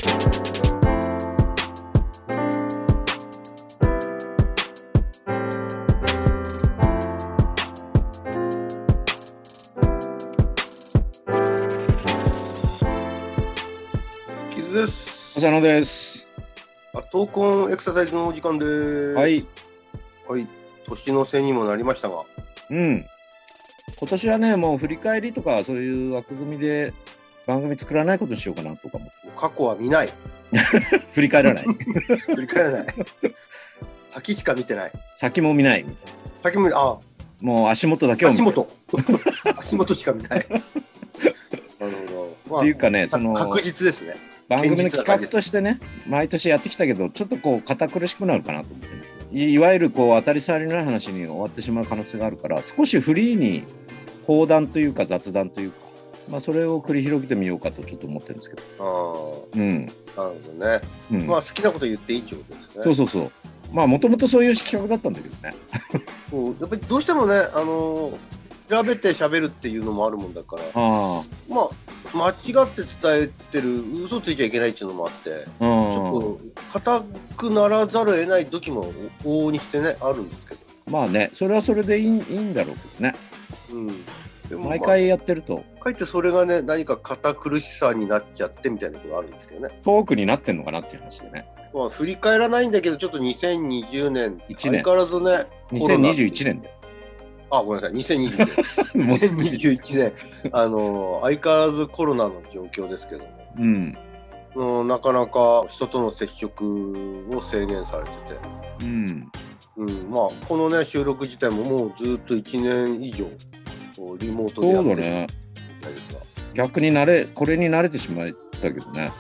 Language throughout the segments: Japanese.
キズです。 浅野です。 闘魂エクササイズのお時間です。 はい。 はい。年の瀬にもなりましたが。 うん。今年はね、もう振り返りとかそういう枠組みで番組作らないことにしようかなとか思って。 過去は見ない。 振り返らない。 振り返らない。先しか見てない。 先も見ないみたいな。 先ももう足元だけを見て。 足元しか見ない。なるほど。 っていうかね、 確実ですね。 番組の企画としてね、毎年やってきたけど、ちょっとこう堅苦しくなるかなと思って、ね、いわゆるこう当たり障りのない話に終わってしまう可能性があるから、少しフリーに講談というか雑談というか、まあそれを繰り広げてみようかとちょっと思ってるんですけど。 うん。なるほどね。うん、まあ好きなこと言っていいってことですね。 そう。まあもともとそういう企画だったんだけどね。 そうやっぱりどうしてもね、調べて喋るっていうのもあるもんだから、まあ間違って伝えてる、嘘ついちゃいけないっていうのもあって、ちょっと硬くならざるを得ない時も往々にしてねあるんですけど。 まあね、それはそれでいいんだろうけどね。うん。でも毎回やってると。 かえってそれがね、何か堅苦しさになっちゃってみたいなことがあるんですけどね。 トークになってんのかなっていう話でね。 まあ振り返らないんだけど、ちょっと2020年、相変わらずね、 2021年で。 ごめんなさい、2020年。2021年、相変わらずコロナの状況ですけども、なかなか人との接触を制限されてて、まあ、このね、収録自体ももうずっと1年以上、リモートでやってるみたいですが。 逆にこれに慣れてしまったけどね。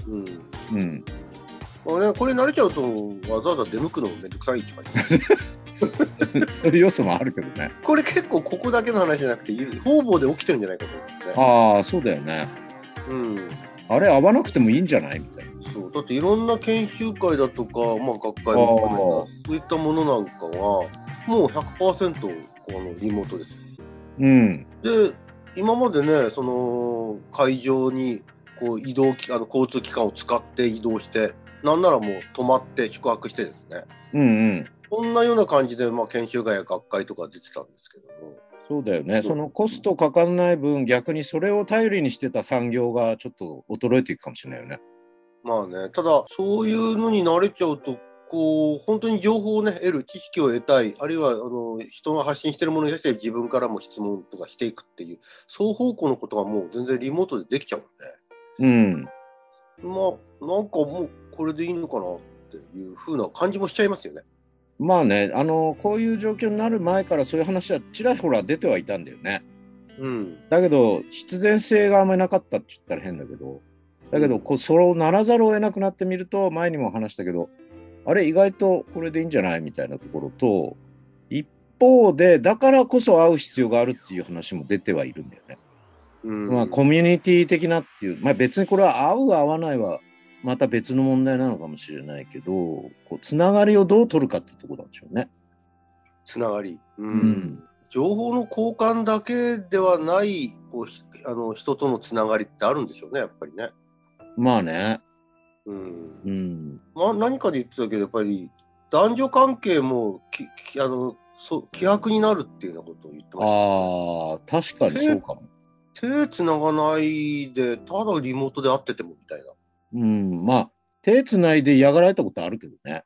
これ慣れちゃうと、わざわざ出向くのもめんどくさいって感じ。 そういう要素もあるけどね。 これ結構ここだけの話じゃなくて方々で起きてるんじゃないかと思ってね。 ああ、そうだよね。あれ合わなくてもいいんじゃないみたいな。 そうだっていろんな研修会だとか、まあ、学会も含めたそういったものなんかはもう 100% リモートですよ。で今までね、その会場にこう交通機関を使って移動して、なんならもう泊まって宿泊してですね。こんなような感じで、まあ、研修会や学会とか出てたんですけども。 そうだよね。そのコストかかんない分、逆にそれを頼りにしてた産業がちょっと衰えていくかもしれないよね。 まあね、ただそういうのに慣れちゃうと、本当に情報をね得る、知識を得たい、あるいは人が発信しているものに対して自分からも質問とかしていくっていう双方向のことがもう全然リモートでできちゃうんで、まあなんかもうこれでいいのかなっていう風な感じもしちゃいますよね。 まあね、こういう状況になる前からそういう話はちらほら出てはいたんだよね。だけど必然性があんまりなかったって言ったら変だけど、それをならざるを得なくなってみると、前にも話したけど、あれ意外とこれでいいんじゃないみたいなところと、一方でだからこそ会う必要があるっていう話も出てはいるんだよね。まあコミュニティ的なっていう、まあ別にこれは合う合わないはまた別の問題なのかもしれないけど、つながりをどう取るかっていうところなんでしょうね。 つながり、情報の交換だけではない人とのつながりってあるんでしょうね、やっぱりね。 まあね。 何かで言ってたけど、やっぱり男女関係も希薄になるっていうようなことを言ってました。 確かにそうかも。 手つながないで、ただリモートで会っててもみたいな。 まあ手つないで嫌がられたことあるけどね。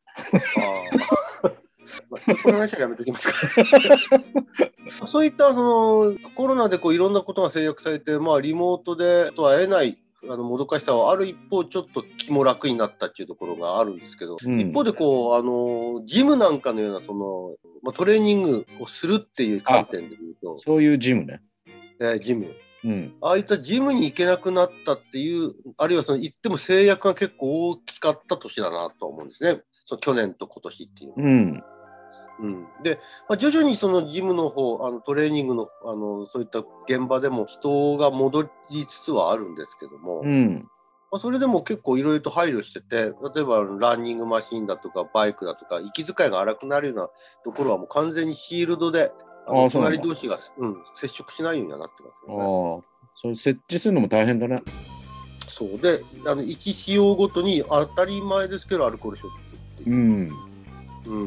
この話はやめときますか。そういったコロナでいろんなことが制約されて、まあ、リモートでとは会えないもどかしさはある一方、ちょっと気も楽になったっていうところがあるんですけど、一方でジムなんかのようなトレーニングをするっていう観点でいうと、 そういうジムね。 ジム。ああいったジムに行けなくなったっていう、あるいは行っても制約が結構大きかった年だなと思うんですね。去年と今年っていうのは。で、徐々にそのジムの方、トレーニングの、そういった現場でも人が戻りつつはあるんですけども、それでも結構いろいろと配慮してて、例えばランニングマシンだとかバイクだとか、息遣いが荒くなるようなところはもう完全にシールドで、隣同士が、接触しないようにはなってますよね。 それ設置するのも大変だね。 そうで、1費用ごとに当たり前ですけどアルコール消毒っていう、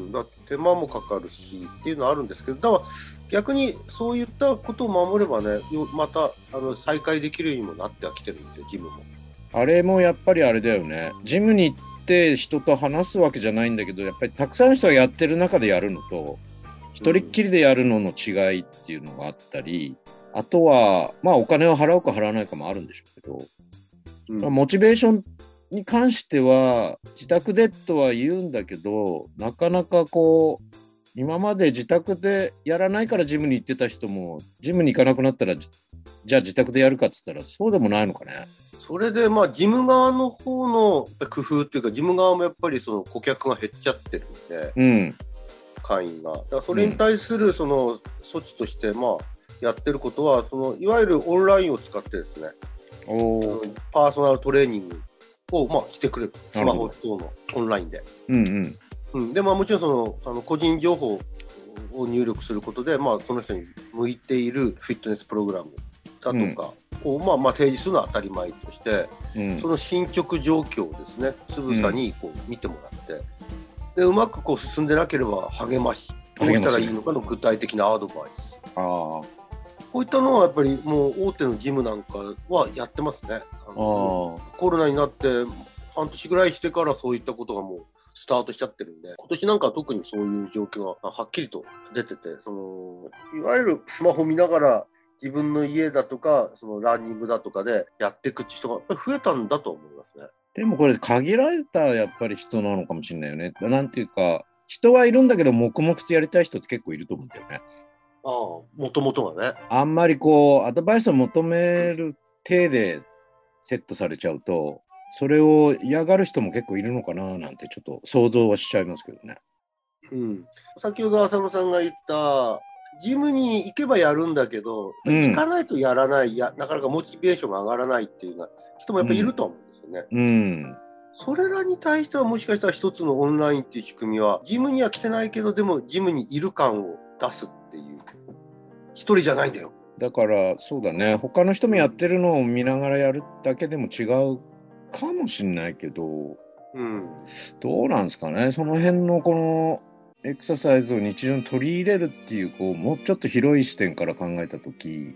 だ手間もかかるしっていうのはあるんですけど、だから逆にそういったことを守ればね、また再開できるようにもなってはきてるんですよ、ジムも。 あれもやっぱりあれだよね、ジムに行って人と話すわけじゃないんだけど、やっぱりたくさんの人がやってる中でやるのと一人っきりでやるのの違いっていうのがあったり、あとはまあお金を払うか払わないかもあるんでしょうけど、モチベーションに関しては自宅でとは言うんだけど、なかなかこう今まで自宅でやらないからジムに行ってた人もジムに行かなくなったらじゃあ自宅でやるかっつったらそうでもないのかね。 それでまあジム側の方の工夫っていうか、ジム側もやっぱりその顧客が減っちゃってるんで、会員がだからそれに対するその措置としてまあやってることは、そのいわゆるオンラインを使ってですね、パーソナルトレーニングをまあしてくれる、スマホ等のオンラインで。でまあ、もちろんその個人情報を入力することで、まあ、その人に向いているフィットネスプログラムだとかを、まあ提示するのは当たり前として、その進捗状況をですね、つぶさにこう見てもらって、でうまくこう進んでなければ励まし、どうしたらいいのかの具体的なアドバイス、こういったのはやっぱりもう大手のジムなんかはやってますね。コロナになって半年ぐらいしてからそういったことがもうスタートしちゃってるんで、今年なんかは特にそういう状況がはっきりと出てて、いわゆるスマホ見ながら自分の家だとかそのランニングだとかでやっていくって人がやっぱり増えたんだと思いますね。 でもこれ限られたやっぱり人なのかもしれないよね。なんていうか、人はいるんだけど黙々とやりたい人って結構いると思うんだよね。 もともとがね。 あんまりこうアドバイスを求める体でセットされちゃうと、それを嫌がる人も結構いるのかななんてちょっと想像はしちゃいますけどね。 先ほど浅野さんが言ったジムに行けばやるんだけど、行かないとやらない、なかなかモチベーションが上がらないっていうような人もやっぱりいると思うんですよね。それらに対してはもしかしたら一つのオンラインっていう仕組みは、ジムには来てないけどでもジムにいる感を出すっていう、一人じゃないんだよ。 だからそうだね、他の人もやってるのを見ながらやるだけでも違うかもしれないけど、どうなんですかね、その辺のこのエクササイズを日常に取り入れるっていう、こうもうちょっと広い視点から考えたとき、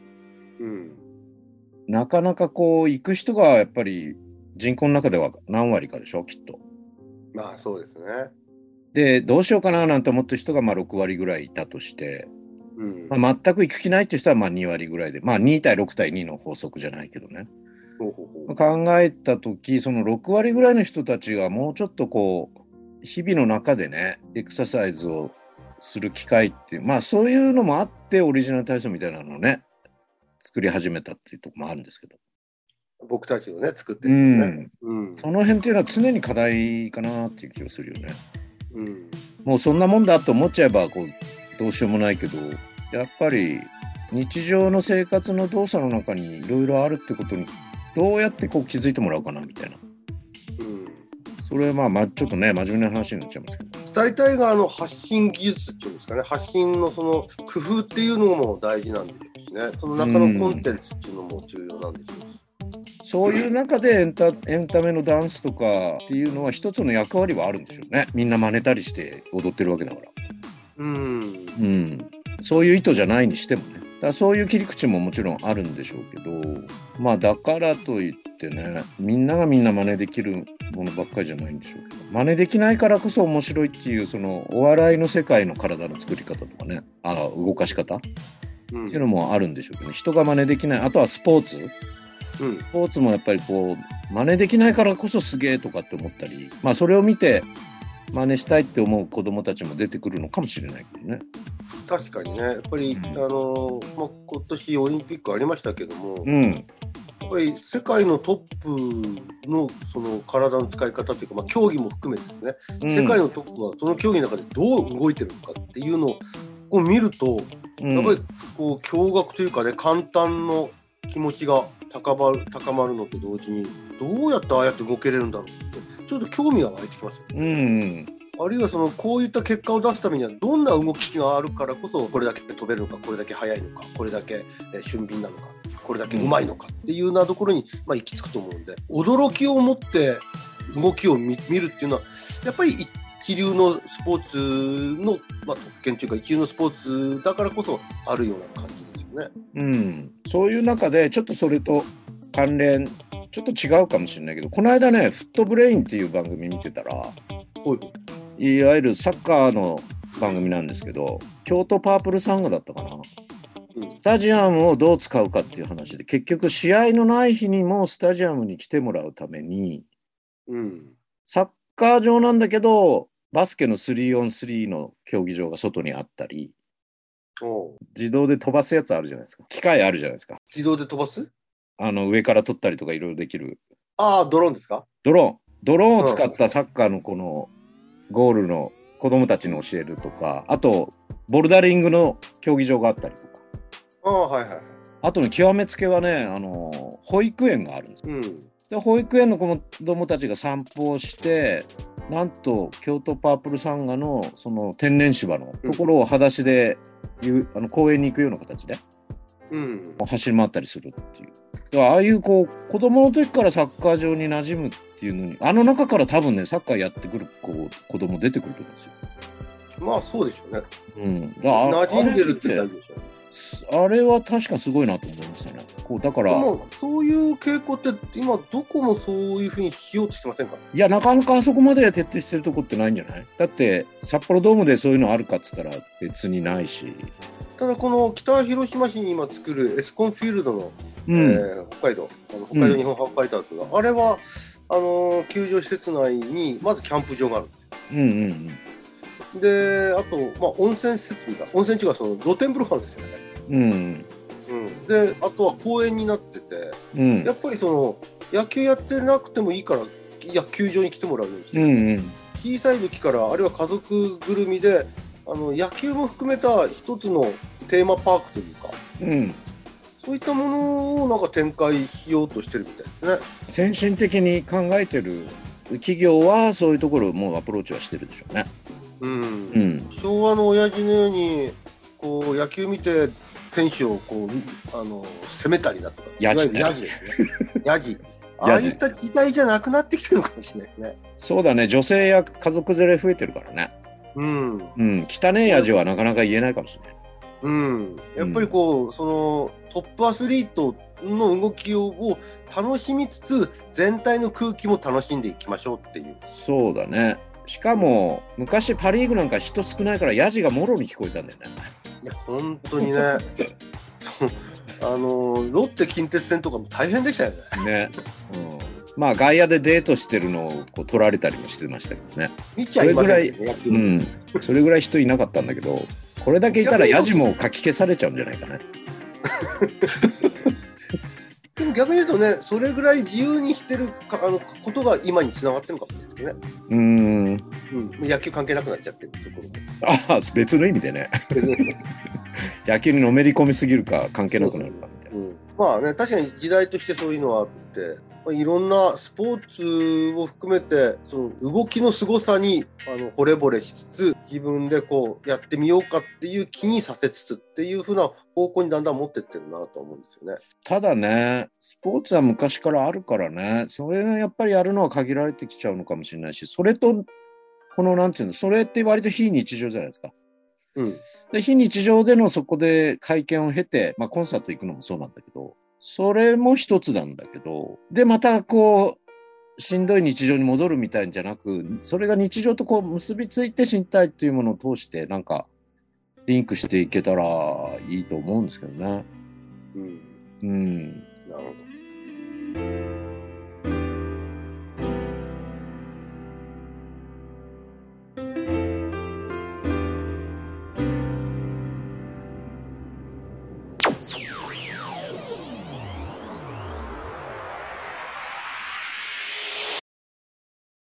なかなかこう行く人がやっぱり人口の中では何割かでしょ、きっと。 まあそうですね。 でどうしようかななんて思ってる人がまあ6割ぐらいいたとして、全く行く気ないっていう人はまあ2割ぐらいで、まあ2対6対2の法則じゃないけどね。考えたとき、その6割ぐらいの人たちがもうちょっとこう日々の中でね、エクササイズをする機会っていう、まあそういうのもあってオリジナル体操みたいなのをね作り始めたっていうところもあるんですけど、 僕たちをね作ってるんですよね。 その辺っていうのは常に課題かなっていう気がするよね。もうそんなもんだと思っちゃえばこうどうしようもないけど、やっぱり日常の生活の動作の中にいろいろあるってことにどうやってこう気づいてもらおうかなみたいな。それはまあちょっとね真面目な話になっちゃいますけど、 伝えたい側の発信技術っていうんですかね、発信のその工夫っていうのも大事なんですね。その中のコンテンツっていうのも重要なんですよ。 そういう中でエンタメのダンスとかっていうのは一つの役割はあるんでしょうね。みんな真似たりして踊ってるわけだから。そういう意図じゃないにしてもね。だからそういう切り口ももちろんあるんでしょうけど、まあだからといってね、みんながみんな真似できるものばっかりじゃないんでしょうけど、真似できないからこそ面白いっていう、そのお笑いの世界の体の作り方とかね、動かし方っていうのもあるんでしょうけどね。人が真似できない、あとはスポーツ、スポーツもやっぱりこう真似できないからこそすげえとかって思ったり、まあそれを見て真似したいって思う子どもたちも出てくるのかもしれないけどね。 確かにね、やっぱり、今年オリンピックありましたけども、やっぱり世界のトップのその体の使い方というか、競技も含めてですね、世界のトップはその競技の中でどう動いてるのかっていうのをこう見ると、やっぱりこう驚愕というかね、簡単の気持ちが高まるのと同時に、どうやってああやって動けれるんだろうってちょっと興味が湧いてきますよね。あるいはこういった結果を出すためにはどんな動きがあるからこそこれだけ飛べるのか、これだけ速いのか、これだけ俊敏なのか、ここれだけうまいのかっていうようなところに、行き着くと思うんで、驚きを持って動きを見るっていうのはやっぱり一流のスポーツの、特権というか一流のスポーツだからこそあるような感じですよね。 そういう中でちょっとそれと関連ちょっと違うかもしれないけど、この間ねフットブレインっていう番組見てたら、いわゆるサッカーの番組なんですけど、京都パープルサンガだったかな、スタジアムをどう使うかっていう話で、結局試合のない日にもスタジアムに来てもらうために、サッカー場なんだけどバスケの 3on3 の競技場が外にあったり、自動で飛ばすやつあるじゃないですか、機械あるじゃないですか。 自動で飛ばす？ 上から撮ったりとかいろいろできる。 ドローンですか？ ドローンを使ったサッカーのこのゴールの子供たちに教えるとか、あとボルダリングの競技場があったりとか、あとの極めつけはね、保育園があるんですよ、で保育園の子供たちが散歩をして、なんと京都パープルサンガのその天然芝のところを裸足で、公園に行くような形で、走り回ったりするっていう。ああいう子供の時からサッカー場に馴染むっていうのに、中から多分ねサッカーやってくる子供出てくると思うんですよ。 そうでしょうね。 馴染んでるって大事でしょうね。 あれは確かすごいなと思いましたね。だからそういう傾向って今どこもそういうふうにしようとしてませんか？ いや、なかなかあそこまで徹底してるとこってないんじゃない？だって札幌ドームでそういうのあるかっつったら別にないし。 ただこの北広島市に今作るエスコンフィールドの、北海道日本ハーフファイターズが、あれは球場施設内にまずキャンプ場があるんですよ。で、あと、温泉施設みたいな、温泉地がその露天風呂があるんですよね。で、あとは公園になってて、やっぱりその野球やってなくてもいいから球場に来てもらうようにして、小さい時からあるいは家族ぐるみで野球も含めた一つのテーマパークというか、そういったものをなんか展開しようとしてるみたいですね。 先進的に考えてる企業はそういうところをもうアプローチはしてるでしょうね。 昭和の親父のようにこう野球見て選手をこう攻めたりだとか、 ヤジですね。ヤジ。ああいった時代じゃなくなってきてるのかもしれないですね。 そうだね。女性や家族連れ増えてるからね。汚いヤジはなかなか言えないかもしれない。 やっぱりこうそのトップアスリートの動きを楽しみつつ全体の空気も楽しんでいきましょうっていう。 そうだね。しかも昔パ・リーグなんか人少ないからヤジがもろに聞こえたんだよね。 いや本当にねロッテ近鉄戦とかも大変でしたよね。 外野でデートしてるのをこう撮られたりもしてましたけどね。 見ちゃいませんね。 それぐらい人いなかったんだけど、これだけいたらヤジもかき消されちゃうんじゃないかね。 でも逆に言うとね、それぐらい自由にしてることが今につながってるのかもしれないですけどね。野球関係なくなっちゃってるところも。 別の意味でね。野球にのめり込みすぎるか関係なくなるかみたいな。 確かに時代としてそういうのはあって、いろんなスポーツを含めてその動きの凄さに惚れ惚れしつつ、自分でこうやってみようかっていう気にさせつつっていう風な方向にだんだん持ってってるなと思うんですよね。 ただね、スポーツは昔からあるからね、それがやっぱりやるのは限られてきちゃうのかもしれないし、それとこのなんていうの、それって割と非日常じゃないですか。で非日常でのそこで会見を経て、コンサート行くのもそうなんだけど、それも一つなんだけど、でまたこうしんどい日常に戻るみたいんじゃなく、それが日常とこう結びついて身体というものを通してなんかリンクしていけたらいいと思うんですけどね。 なるほど。